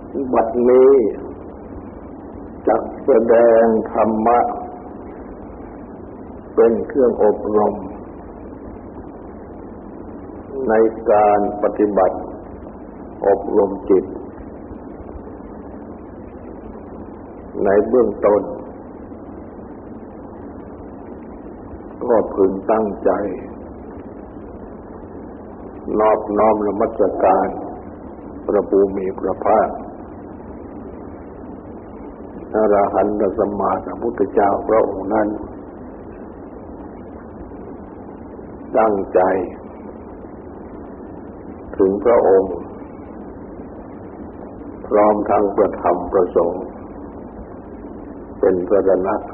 บัดนี้จักแสดงธรรมะเป็นเครื่องอบรมในการปฏิบัติอบรมจิตในเบื้องต้นก็พึงตั้งใจนอบน้อมนมัสการพระภูมิพระภาคอรหันตสัมมาสัมพุทธเจ้าพระองค์นั้นตั้งใจถึงพระองค์พร้อมทั้งประธรรมประสงค์เป็นพระนัก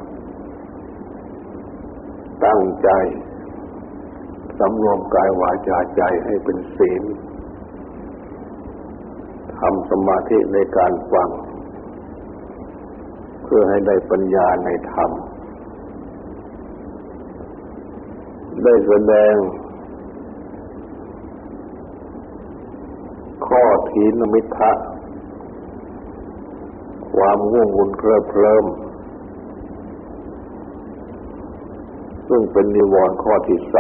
ตั้งใจสำรวมกายวาจาใจให้เป็นศีลทำสมาธิในการฟังเพื่อให้ได้ปัญญาในธรรมได้แสดงข้อถีนมิทธะความง่วงวุ่นเคลิ้มเคลิ้มซึ่งเป็นนิวรณ์ข้อที่3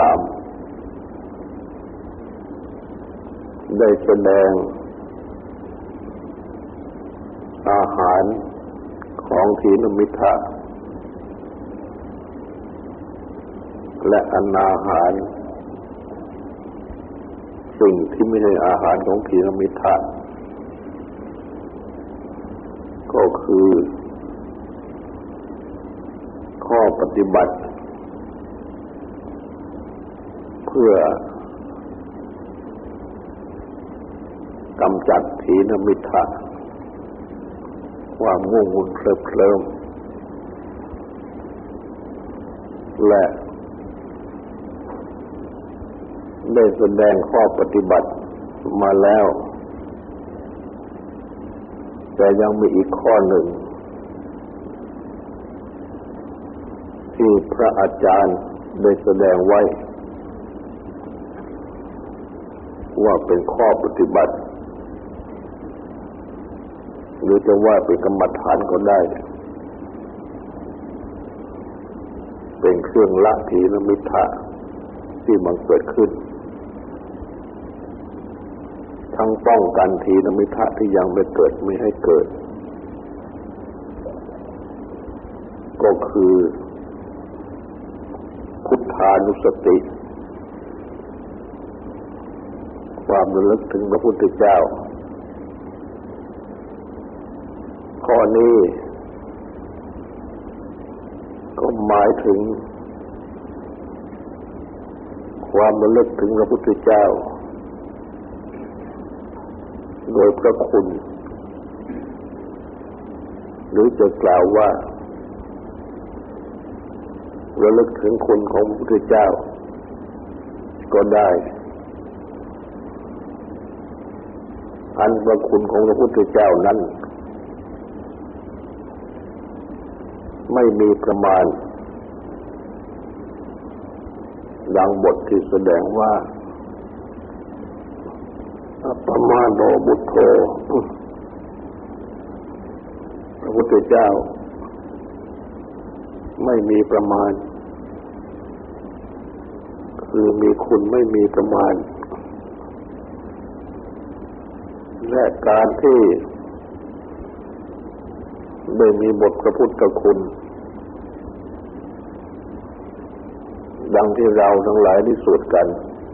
ได้แสดงอาหารของถีนมิทธะและอนาหารสิ่งที่ไม่ใช่อาหารของถีนมิทธะก็คือข้อปฏิบัติเพื่อกำจัดถีนมิทธะความง่วงวุ่นเคลิ้มเคลิ้มและได้แสดงข้อปฏิบัติมาแล้วแต่ยังมีอีกข้อหนึ่งที่พระอาจารย์ได้แสดงไว้ว่าเป็นข้อปฏิบัติหรือจะว่าเป็นกรรมฐานก็ได้เป็นเครื่องละถีนมิทธะที่มันเกิดขึ้นทั้งป้องกันถีนมิทธะที่ยังไม่เกิดไม่ให้เกิดก็คือพุทธานุสติความระลึกถึงพระพุทธเจ้าข้อนี้ก็หมายถึงความระลึกถึงพระพุทธเจ้าโดยพระคุณหรือจะกล่าวว่าระลึกถึงคุณของพระพุทธเจ้าก็ได้อันพระคุณของพระพุทธเจ้านั้นไม่มีประมาณดังบทที่แสดงว่าอัปปมาโนบุตโธพระพุทธเจ้าไม่มีประมาณคือมีคุณไม่มีประมาณและการที่ได้มีบทพระพุทธคุณดังที่เราทั้งหลายได้สวดกัน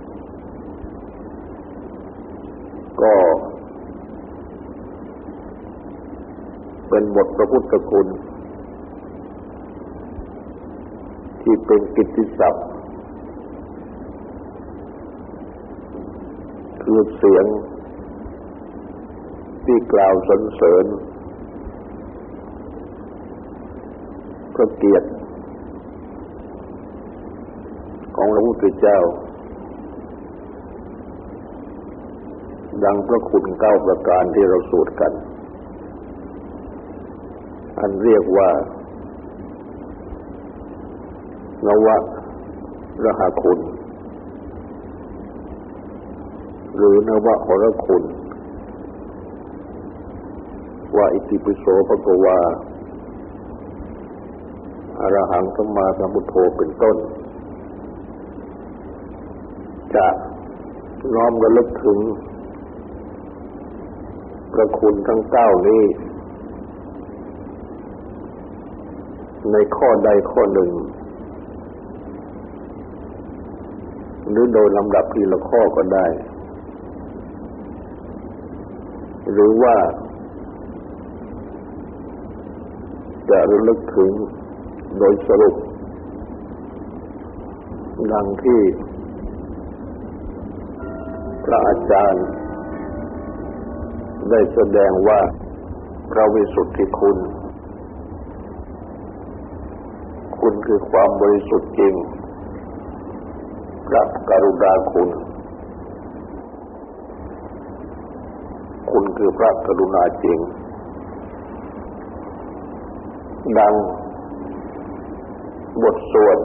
ก็เป็นบทพระพุทธคุณที่เป็นกิตติศัพท์คือเสียงที่กล่าวสรรเสริญพระเกียรติของพระพุทธเจ้าดังพระคุณ9ประการที่เราสวดกันอันเรียกว่านวรหคุณหรือนวหรคุณว่าอิติปิโสภะคะวาอรหังสัมมาสัมพุทโธเป็นต้นจะน้อมระลึกถึงพระคุณทั้ง9นี้ในข้อใดข้อหนึ่งหรือโดยลำดับทีละข้อก็ได้หรือว่าจะระลึกถึงโดยสรุปดังที่พระอาจารย์ได้แสดงว่าพระวิสุทธิคุณคุณคือความบริสุทธิ์จริงพระกรุณาคุณคุณคือพระกรุณาจริงดังบทสวด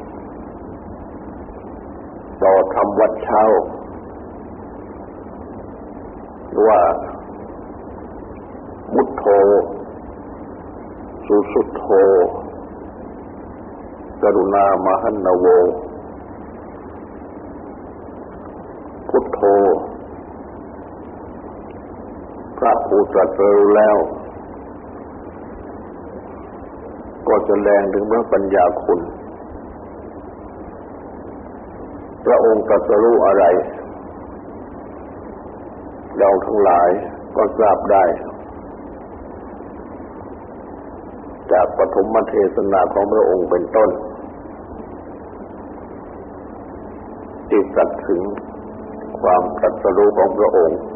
ต่อธรรมวัดเช้าว่ามุตโธสุสุทโธกรุณามหันนโวพุทโธพระผู้ตรัสรู้แล้วก็แสดงถึงพระปัญญาคุณพระองค์ตรัสรู้อะไรเราทั้งหลายก็ทราบได้จากปฐมเทศนาของพระองค์เป็นต้นที่ตรัสถึงความตรัสรู้ของพระองค์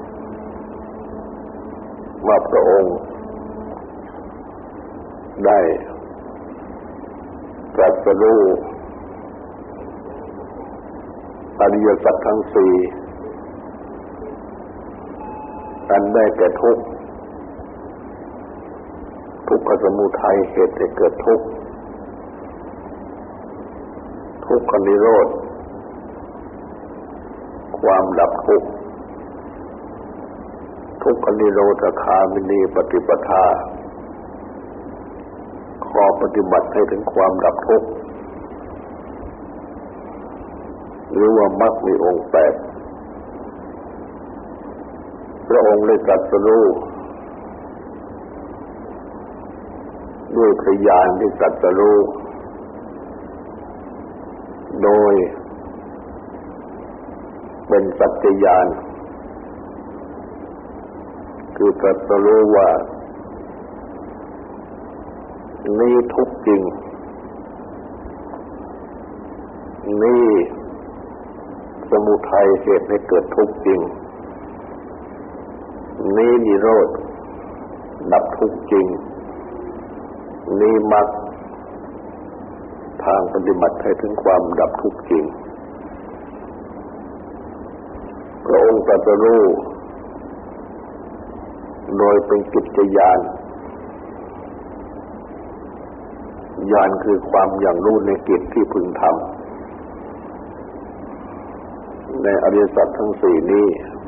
ว่าพระองค์ได้ตรัสรู้อริยสัจทั้งสี่อันได้แก่ทุกข์ทุกขสมุทัยเหตุให้เกิดทุกข์ทุกขนิโรธความดับทุกข์ทุกขนิโรธคามินีปฏิปทาข้อปฏิบัติให้ถึงความดับทุกข์หรือว่ามรรคมีองค์8พระองค์ได้ตรัสรู้ด้วยพระญาณที่ตรัสรู้โดยเป็นสัจจญาณคือตรัสรู้ว่านี่ทุกข์จริงนี่สมุทัยเหตุให้เกิดทุกข์จริงนี่นิโรธดับทุกข์จริงนี่มรรคทางปฏิบัติให้ถึงความดับทุกข์จริงพระองค์ตรัสรู้โดยเป็นกิจญาณญาณคือความอย่างรู้ในกิจที่พึงทำในอริยสัจทั้งสี่นี้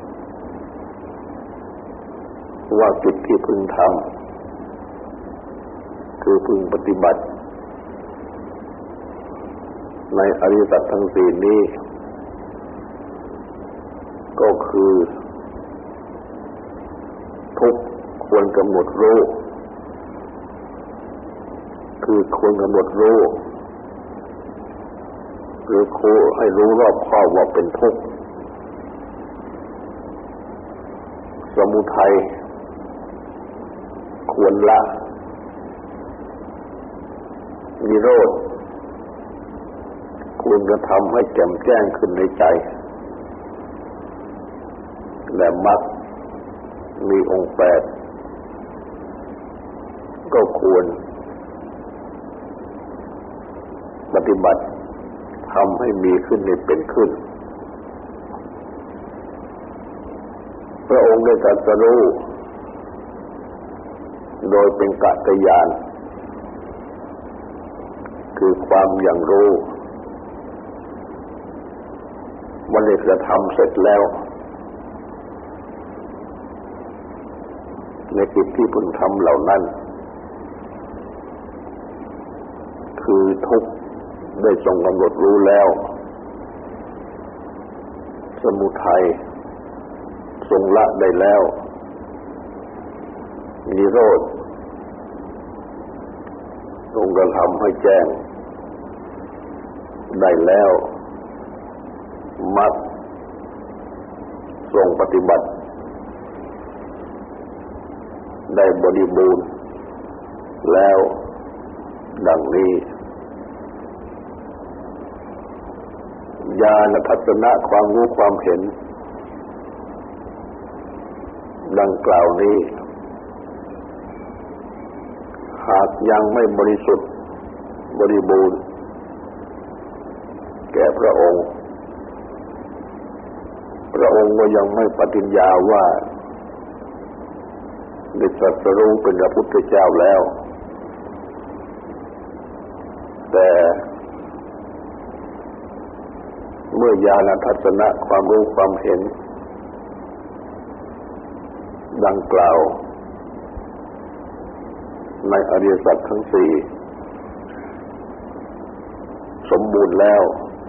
ว่ากิจที่พึงทำคือพึงปฏิบัติในอริยสัจทั้งสี่นี้ก็คือทุกข์ควรกำหนดรู้คือควรกำหนดรู้หรือควรให้รู้รอบคอบว่าเป็นทุกข์สมุทัยควรละนิโรธควรกระทำให้แจ่มแจ้งขึ้นในใจและมรรคมีองค์8ก็ควรปฏิบัติทำให้มีขึ้นในเป็นขึ้นพระองค์ได้ตรัสรู้โดยเป็นกัตญาณคือความอย่างรู้ว่าได้กระทำเสร็จแล้วในกิจที่พึงทำเหล่านั้นคือทุกข์ได้ทรงกำหนดรู้แล้วสมุทัยทรงละได้แล้วนิโรธทรงกระทำให้แจ้งได้แล้วมรรคทรงปฏิบัติได้บริบูรณ์แล้วดังนี้ญาณทัศนะความรู้ความเห็นดังกล่าวนี้หากยังไม่บริสุทธิ์บริบูรณ์แก่พระองค์ก็ยังไม่ปฏิญญาว่าได้ตรัสรู้เป็นพระพุทธเจ้าแล้วแต่เมื่อญาณทัศนะความรู้ความเห็นดังกล่าวในอริยสัจทั้งสี่สมบูรณ์แล้ว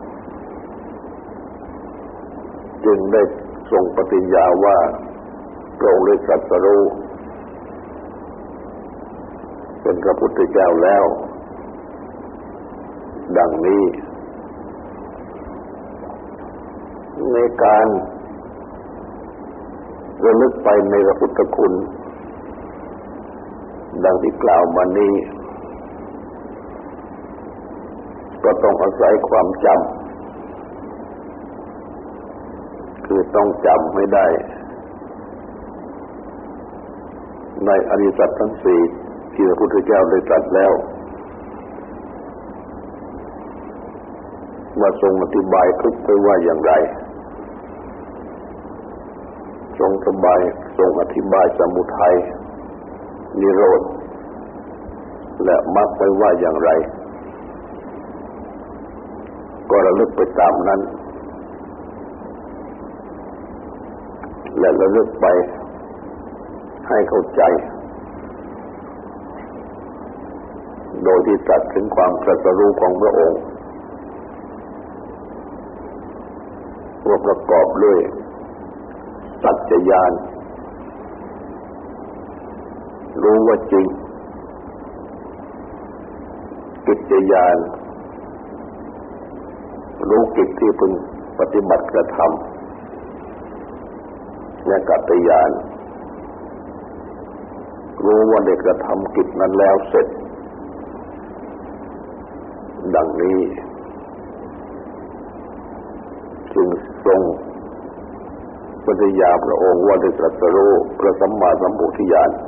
จึงได้ทรงปฏิญญาว่าพระองค์ได้ตรัสรู้เป็นพระพุทธเจ้าแล้วดังนี้ในการระลึกไปในพระพุทธคุณดังที่กล่าวมานี้ก็ต้องอาศัยความจำคือต้องจำให้ได้ในอริยสัจทั้งสี่ที่พระพุทธเจ้าได้ตรัสแล้วว่าทรงอธิบายทุกข์ไว้ว่าอย่างไรทรงอธิบายสมุทัยนิโรธและมรรคไว้ว่าอย่างไรก็ระลึกไปตามนั้นและระลึกไปให้เข้าใจโดยที่ตรัสถึงความตรัสรู้ของพระองค์ว่าประกอบด้วยสัจจญาณรู้ว่าจริงกิจญาณรู้กิจที่พึงปฏิบัติกระทำและกัตตญาณรู้ว่าได้กระทำกิจนั้นแล้วเสร็จดังนี้จึงทรงปฏิญาณพระองค์ว่าได้ตรัสรู้พระสัมมาสัมพุทธญาณ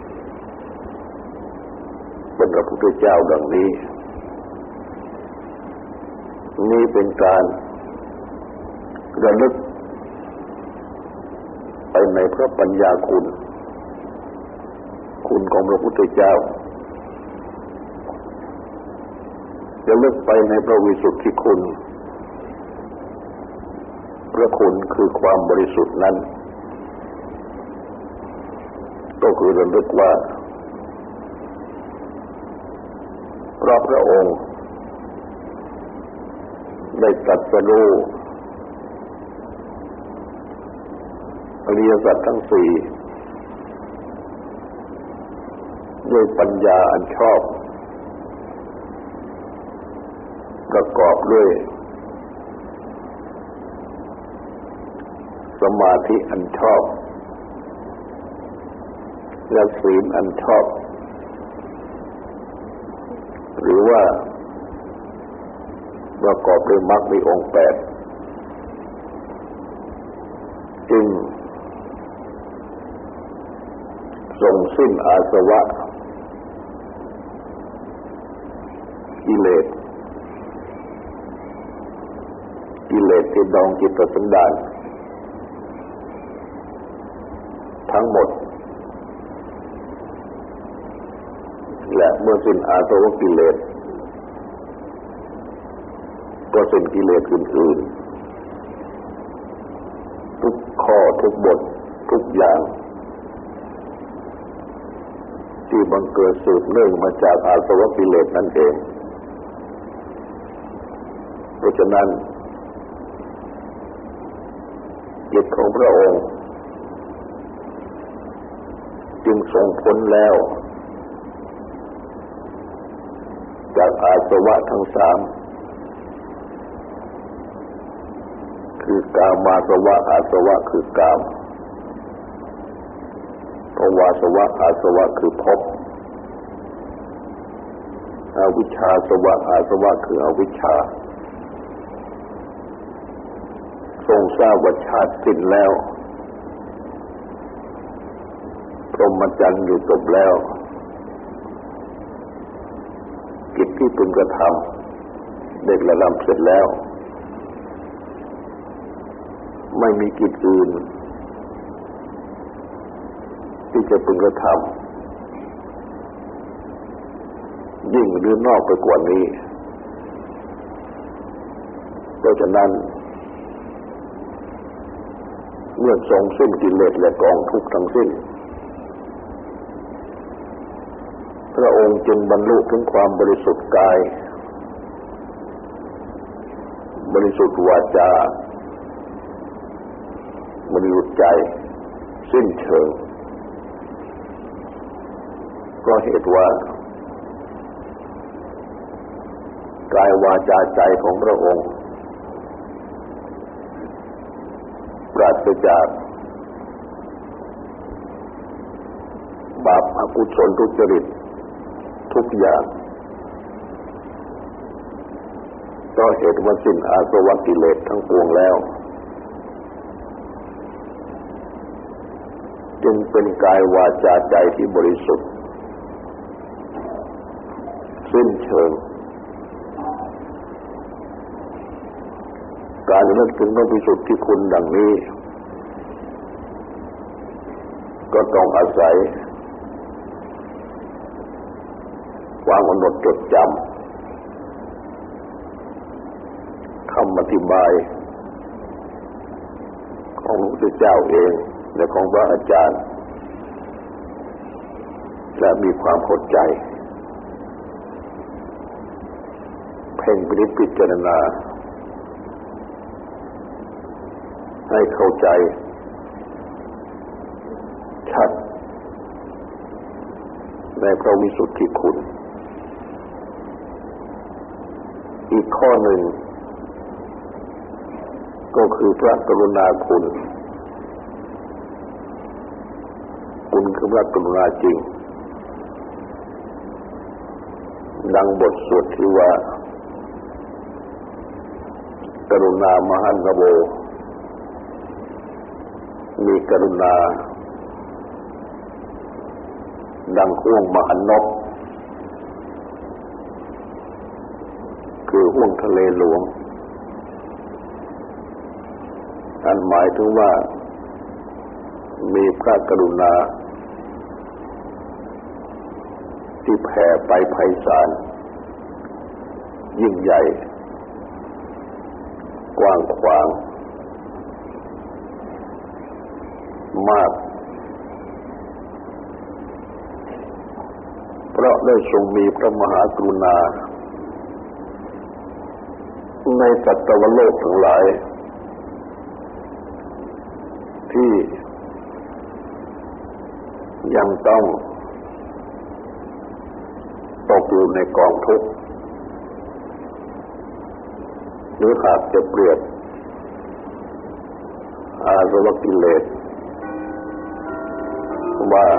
เป็นพระพุทธเจ้าดังนี้นี่เป็นการระลึกไปในพระปัญญาคุณของพระพุทธเจ้าระลึกไปในพระวิสุทธิคุณพระคุณคือความบริสุทธิ์นั้นก็คือระลึกว่าเพราะพระองค์ได้ตรัสรู้อริยสัจทั้งสี่ด้วยปัญญาอันชอบประกอบด้วยสมาธิอันชอบและศีลอันชอบหรือว่าประกอบด้วยมรรคมีองค์แปดจึงทรงสิ้นอาสวะกิเลสที่ดองจิตสันดานทั้งหมดและเมื่อสิ้นอาสวะกิเลสก็สิ้นกิเลสอื่นๆทุกข้อทุกบททุกอย่างที่บังเกิดสืบเนื่องมาจากอาสวะกิเลสนั่นเองเพราะฉะนั้นจิตของพระองค์จึงทรงพ้นแล้วจากอาสวะทั้งสามคือกามาสวะอาสวะคือกามภวาสวะอาสวะคือภพอวิชชาสวะอาสวะคืออวิชชาทรงทราบว่าชาติสิ้นแล้วพรหมจรรย์อยู่จบแล้วกิจที่พึงกระทำได้กระทำเสร็จแล้วไม่มีกิจอื่นที่จะพึงกระทำยิ่งหรือนอกไปกว่านี้เพราะฉะนั้นเมื่อทรงสิ้นกิเลสและกองทุกข์ทั้งสิ้นพระองค์จึงบรรลุถึงความบริสุทธิ์กายบริสุทธิ์วาจาบริสุทธิ์ใจสิ้นเชิงก็เหตุว่ากายวาจาใจของพระองค์ปราศจากบาปอกุศลทุจริตทุกอย่างก็เหตุว่าสิ้นอาสวะกิเลสทั้งปวงแล้วจึงเป็นกายวาจาใจที่บริสุทธิ์สิ้นเชิงการนึกถึงพระวิสุทธิคุณดังนี้ก็ต้องอาศัยความกำหนดจดจำคำอธิบายของพระพุทธเจ้าเองและของพระอาจารย์และมีความเข้าใจเพ่งพิจารณาให้เข้าใจชัดในพระวิสุทธิคุณอีกข้อหนึ่งก็คือพระกรุณาคุณคุณคือพระกรุณาจริงดังบทสวดที่ว่ากรุณามหันตโวมีกรุณาดังห้วงมหันนบคือห้วงทะเลหลวงอันหมายถึงว่ามีพระกรุณาที่แผ่ไปไพศาลยิ่งใหญ่กว้างขวางมากเพราะได้ทรงมีพระมหากรุณาในสัตวโลกทั้งหลายที่ยังต้องตกอยู่ในกองทุกข์หรือหากจะเปรียบอาสวะกิเลสว่า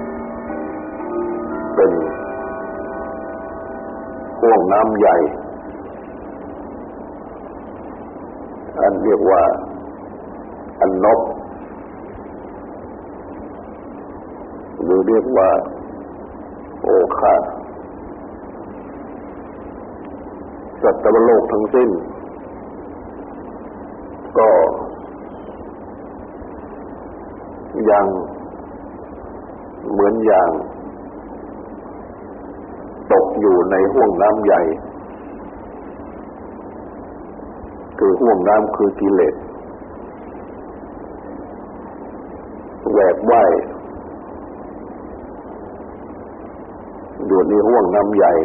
เป็นห้วงน้ำใหญ่อันเรียกว่าอันนบหรือเรียกว่าโอคาสัตวโลกทั้งสิ้นก็ยังเหมือนอย่างตกอยู่ในห้วงน้ำใหญ่คือห้วงน้ำคือกิเลสแหวกว่ายอยู่ในห้วงน้ำใหญ่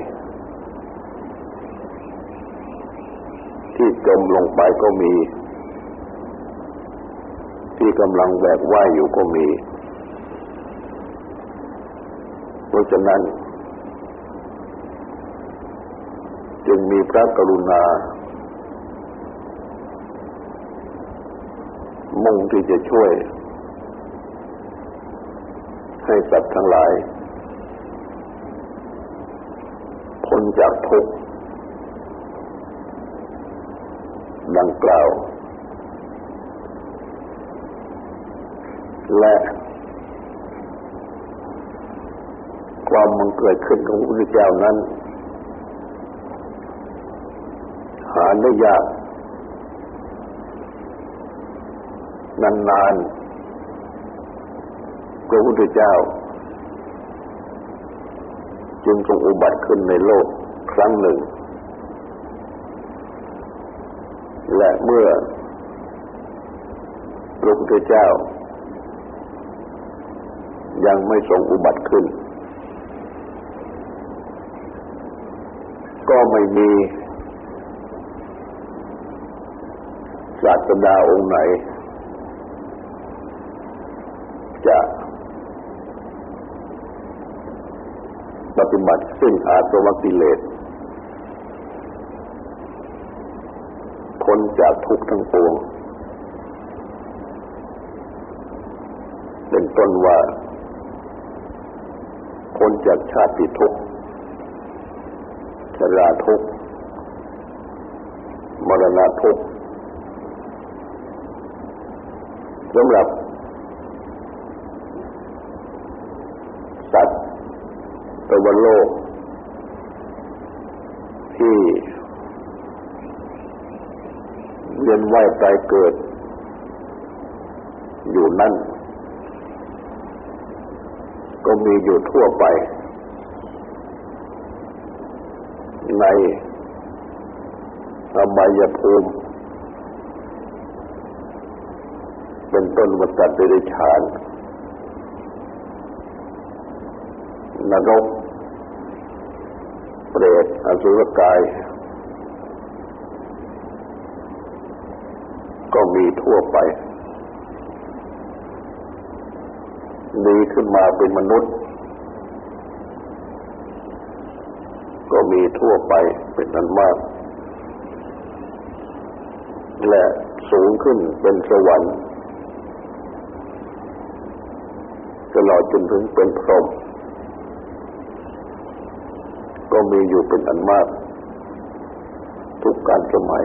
ที่จมลงไปก็มีที่กำลังแบกว่ายอยู่ก็มีเพราะฉะนั้นจึงมีพระกรุณามุ่งที่จะช่วยให้สัตว์ทั้งหลายพ้นจากทุกข์ดังกล่าวและความบังเกิดขึ้นของพระพุทธเจ้านั้นหาได้ยากนานๆพระพุทธเจ้าจึงทรงอุบัติขึ้นในโลกครั้งหนึ่งและเมื่อพระพุทธเจ้ายังไม่ทรงอุบัติขึ้นก็ไม่มีศาสดาองค์ไหนจะปฏิบัติซึ่งอาสวะกิเลสพ้นจากทุกข์ทั้งปวงเป็นต้นว่าพ้นจากชาติทุกข์ชราทุกข์มรณะทุกข์สำหรับสัตว์ตวโลกที่เวียนว่ายตายเกิดอยู่นั่นก็มีอยู่ทั่วไปในอบายภูมิเป็นต้นวัฏเดรัจฉานนรกเปรตอสุรกายก็มีทั่วไปมีขึ้นมาเป็นมนุษย์ก็มีทั่วไปเป็นอันมากและสูงขึ้นเป็นสวรรค์ตลอดจนถึงเป็นพรหมก็มีอยู่เป็นอันมากทุกกาลสมัย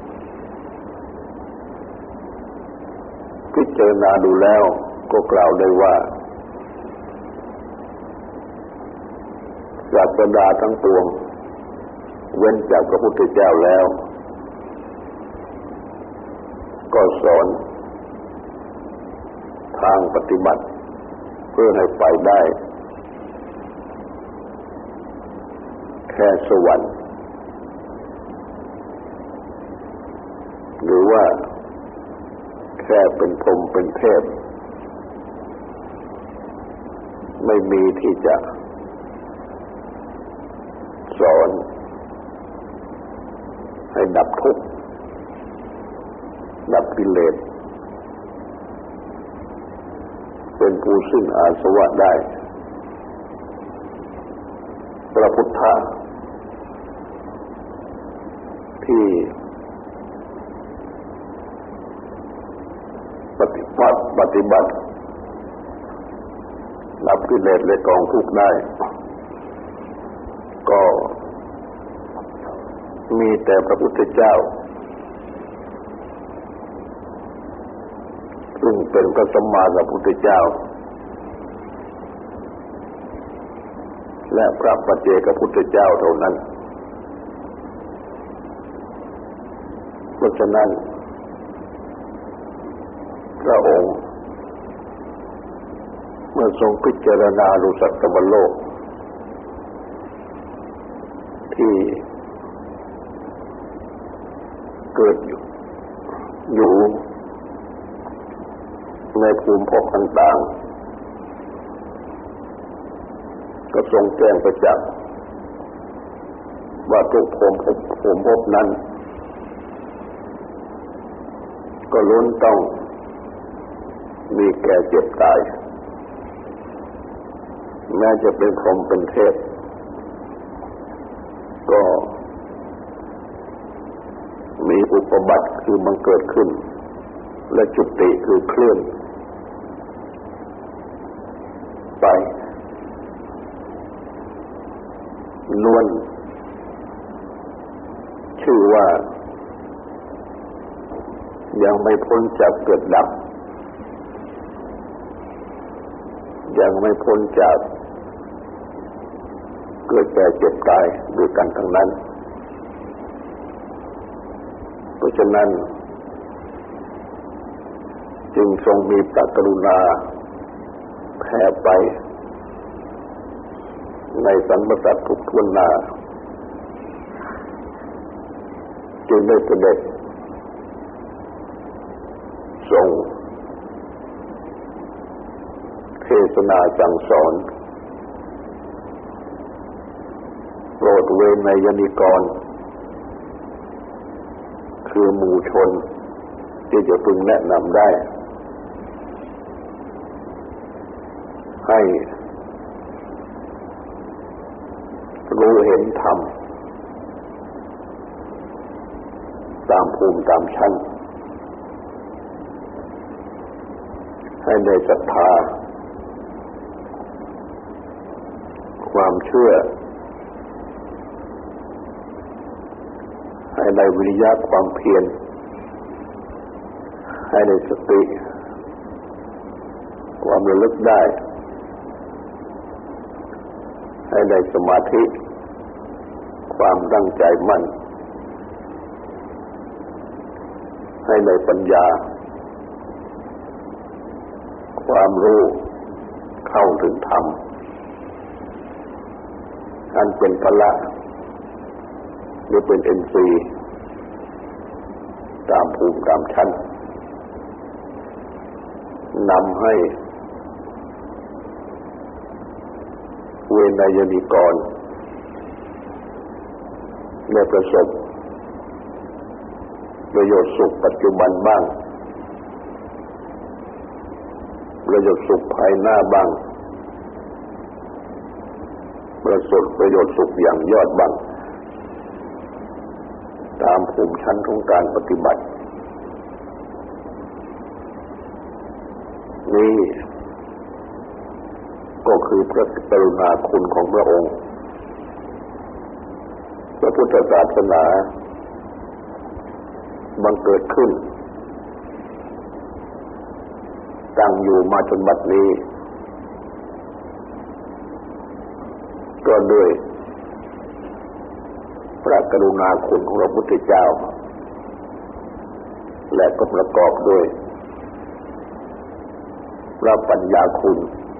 พิจารณาดูแล้วก็กล่าวได้ว่าศาสดาทั้งปวงเว้นจากพระพุทธเจ้าแล้วก็สอนทางปฏิบัติเพื่อให้ไปได้แค่สวรรค์หรือว่าแค่เป็นพรหมเป็นเทพไม่มีที่จะสอนให้ดับทุกข์ดับกิเลสเป็นผู้สิ้นอาสวะได้พระพุทธะที่ปฏิบัติดับกิเลสและกองทุกข์ได้ก็มีแต่พระพุทธเจ้าซึ่งเป็นพระสัมมาสัมพุทธเจ้าและพระปัจเจกพุทธเจ้าเท่านั้นเพราะฉะนั้นพระองค์เมื่อทรงพิจารณาดูสัตว์โลกที่เกิดอยู่ในภูมิภพต่างก็ทรงแจ้งประจักษ์ว่าทุกภูมิภพนั้นก็ล้วนต้องมีแก่เจ็บตายแม้จะเป็นพรหมเป็นเทพก็มีอุปบัติคือมันเกิดขึ้นและจุติคือเคลื่อนไปล้วนชื่อว่ายังไม่พ้นจากเกิดดับยังไม่พ้นจากเกิดแก่เจ็บตายด้วยกันทั้งนั้นเพราะฉะนั้นจึงทรงมีพระกรุณาแผ่ไปในสรรพสัตว์ทุกทั่วหน้าจึงได้เสด็จทรงเทศนาสั่งสอนโปรดเวนยนิกรคือหมู่ชนที่จะพึงแนะนำได้ให้รู้เห็นธรรมตามภูมิตามชั้นให้ได้ศรัทธาความเชื่อให้ได้วิริยะความเพียรให้ได้สติความระลึกได้ให้ได้สมาธิความตั้งใจมั่นให้ได้ปัญญาความรู้เข้าถึงธรรมอันเป็นพละหรือเป็นอินทรีย์ตามภูมิตามชั้นนำให้เวนยนิกรได้ประสบประโยชน์สุขปัจจุบันบ้างประโยชน์สุขภายหน้าบ้างประสบประโยชน์สุขอย่างยอดบ้างตามภูมิชั้นของการปฏิบัตินี่ก็คือพระกรุณาคุณของพระองค์พระพุทธศาสนาบังเกิดขึ้นตั้งอยู่มาจนบัดนี้ก็ด้วยพระกรุณาคุณของพระพุทธเจ้าและก็ประกอบด้วยพระปัญญาคุณ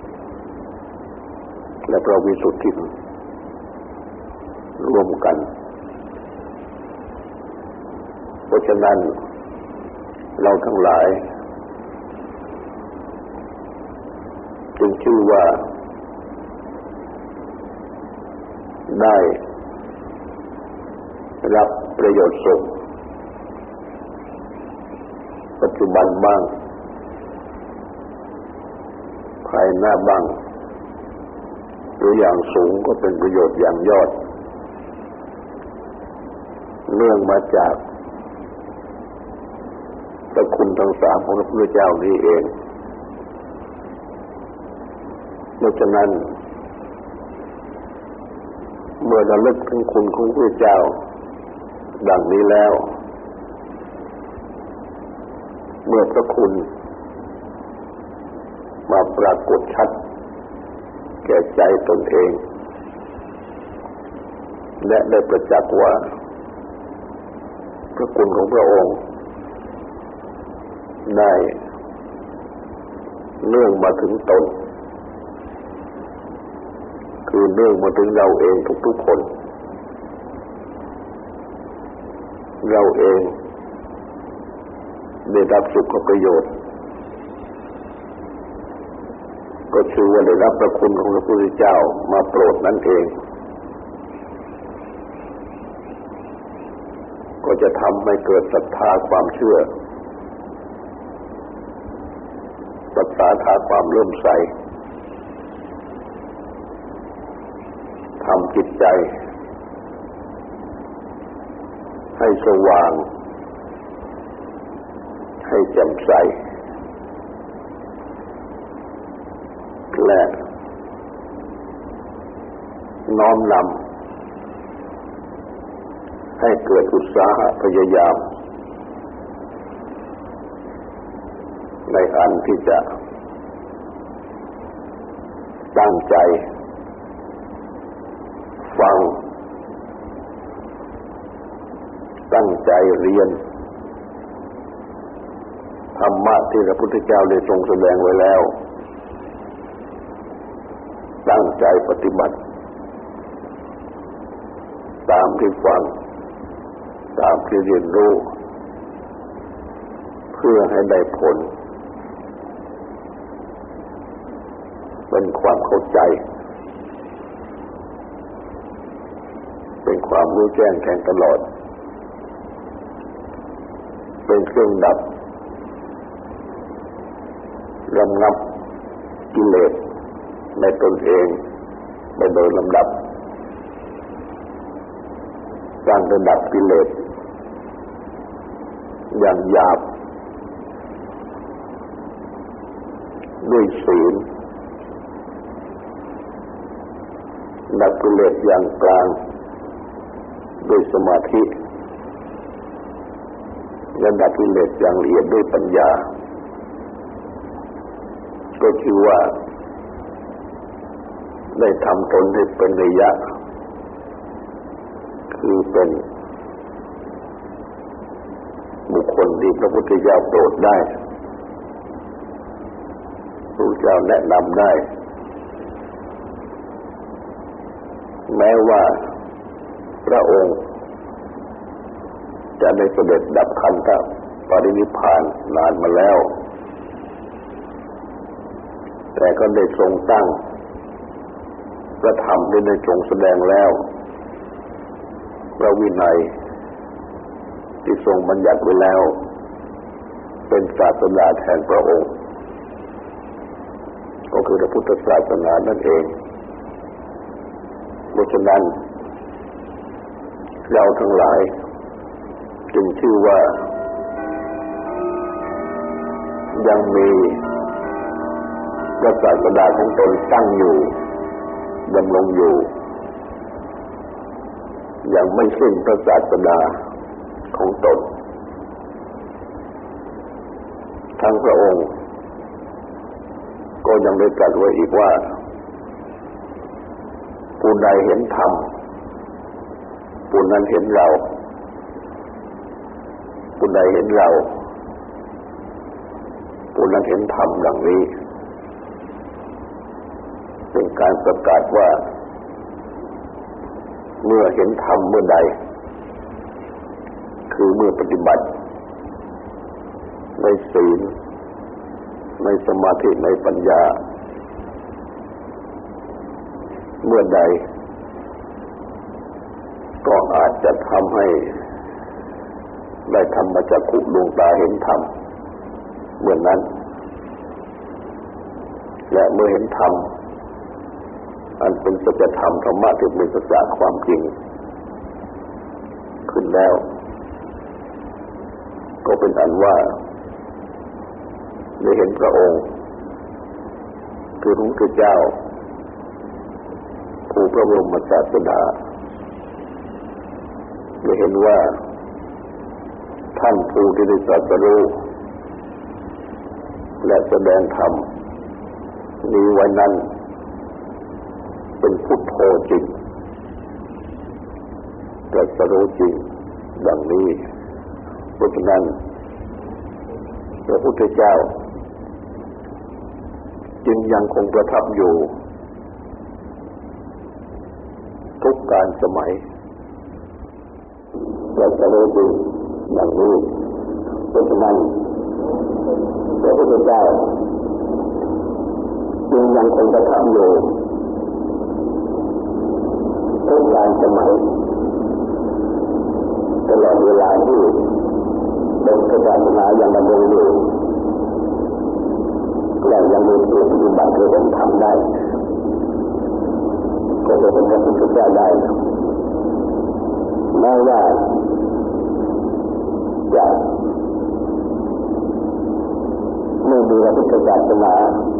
และพระวิสุทธิรวมกันเพราะฉะนั้นเราทั้งหลายจึงชื่อว่าได้รับประโยชน์สุขปัจจุบันบ้างภายหน้าบ้างหรืออย่างสูงก็เป็นประโยชน์อย่างยอดเนื่องมาจากพระคุณทั้งสามของพระพุทธเจ้านี้เองเพราะฉะนั้นเมื่อระลึกถึงคุณของพระพุทธเจ้าดังนี้แล้วเมื่อพระคุณมาปรากฏชัดแก่ใจตนเองและได้ประจักษ์ว่าพระคุณของพระองค์ได้เนื่องมาถึงตนคือเนื่องมาถึงเราเองทุกๆคนเราเองได้รับสุขประโยชน์ก็ชื่อว่าได้รับพระคุณของพระพุทธเจ้ามาโปรดนั่นเองก็จะทำให้เกิดศรัทธาความเชื่อศรัทธาความเลื่อมใสทำจิตใจให้สว่างให้แจ่มใสและน้อมนำให้เกิดอุตสาหะพยายามในอันที่จะตั้งใจฟังตั้งใจเรียนธรรมะที่พระพุทธเจ้าได้ทรงแสดงไว้แล้วตั้งใจปฏิบัติตามที่ฟังตามที่เรียนรู้เพื่อให้ได้ผลเป็นความเข้าใจเป็นความรู้แจ้งแทงตลอดเป็นเครื่องดับระงับกิเลสในตนเองไปโดยลำดับการระดับกิเลสอย่างหยาบด้วยศีลดับกิเลสอย่างกลางด้วยสมาธิและดับกิเลสอย่างละเอียดด้วยปัญญาก็คือว่าได้ทำตนให้เป็นระยะคือเป็นบุคคลที่พระพุทธเจ้าโปรดได้พระพุทธเจ้าแนะนำได้แม้ว่าพระองค์จะได้เสด็จดับขันธปรินิพพานนานมาแล้วแต่ก็ได้ทรงตั้งพระธรรมได้ทรงแสดงแล้วพระวินัยที่ทรงบัญญัติไว้แล้วเป็นศาสดาแทนพระองค์ก็คือพระพุทธศาสนานั่นเองเพราะฉะนั้นเราทั้งหลายจึงชื่อว่ายังมีพระศาสดาของตนตั้งอยู่ดำรงอยู่ยังไม่สิ้นพระศาสดาของตนทั้งพระองค์ก็ยังได้ตรัสไว้อีกว่าผู้ใดเห็นธรรมผู้นั้นเห็นเราผู้ใดเห็นเราผู้นั้นเห็นธรรมดังนี้เป็นการประกาศว่าเมื่อเห็นธรรมเมื่อใดคือเมื่อปฏิบัติในศีลในสมาธิในปัญญาเมื่อใดก็อาจจะทำให้ได้ธรรมจักขุดวงตาเห็นธรรมเมื่อนั้นและเมื่อเห็นธรรมอันเป็นสัจธรรมธรรมะที่เป็นสัจจะความจริงขึ้นแล้วก็เป็นอันว่าได้เห็นพระองค์คือพระพุทธเจ้าผู้พระบรมศาสดาได้เห็นว่าท่านผู้ที่ได้ตรัสรู้และแสดงธรรมนี้ไว้นั้นเป็นพุทโธจริงตรัสรู้จริงดังนี้เพราะฉะนั้นพระพุทธเจ้าจึงยังคงประทับอยู่ทุกการสมัยตรัสรู้จริงดังนี้เพราะฉะนั้นพระพุทธเจ้าจึงยังคงจะทำอยู่ทุกการสมัยตลอดเวลาที่เป็นศาสนายังดำรงอยู่และยังมีผู้ปฏิบัติคือผมทำได้ก็จะเป็นพระพุทธเจ้าได้แม้ว่าจะไม่มีพระพุทธศาสนา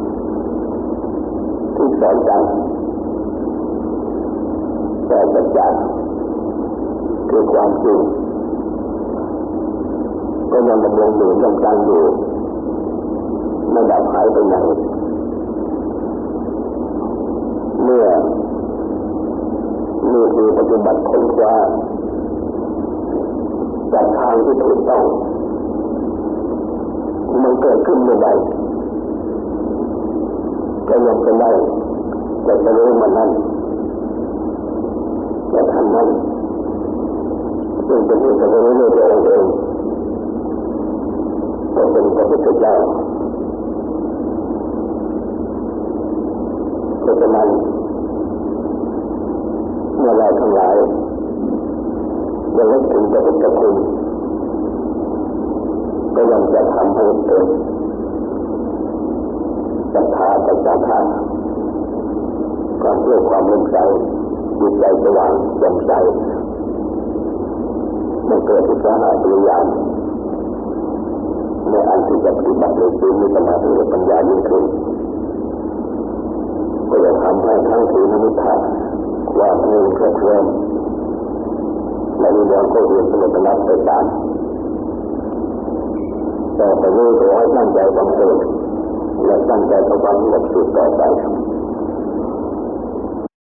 ที่สอนกันแต่สัจจะคือความจริงก็ยังดำรงอยู่ยังตั้งอยู่ไม่ดับหายไปไหนเมื่อมีผู้ปฏิบัติค้นคว้าจากทางที่ถูกต้องมันเกิดขึ้นเมื่อใดก็ยังจะได้จะรู้มันนั้นจะทำนั้นซึ่งเป็นที่จะรู้ด้วยตัวเองก็เป็นพระพุทธเจ้าเพราะฉะนั้นเมื่อเราทั้งหลายยังนึกถึงพระพุทธคุณก็ยังจะทำให้เกิดศรัทธาปัญญาธรรมความเชื่อความมั่นใจจิตใจสว่างแจ่มใสมันเกิดอุตสาหะพยายามในอันที่จะปฏิบัติโดยศีลมีสมาธิและปัญญายิ่งขึ้นก็จะทำให้ทั้งศีลนิพพานความเรื่องเคลื่อนและมีความเข้าเรียนสนุกนับไปตามแต่ไปนี้ขอให้ตั้งใจบำเพ็ญและตั้งใจทำความสำเร็จต่อไป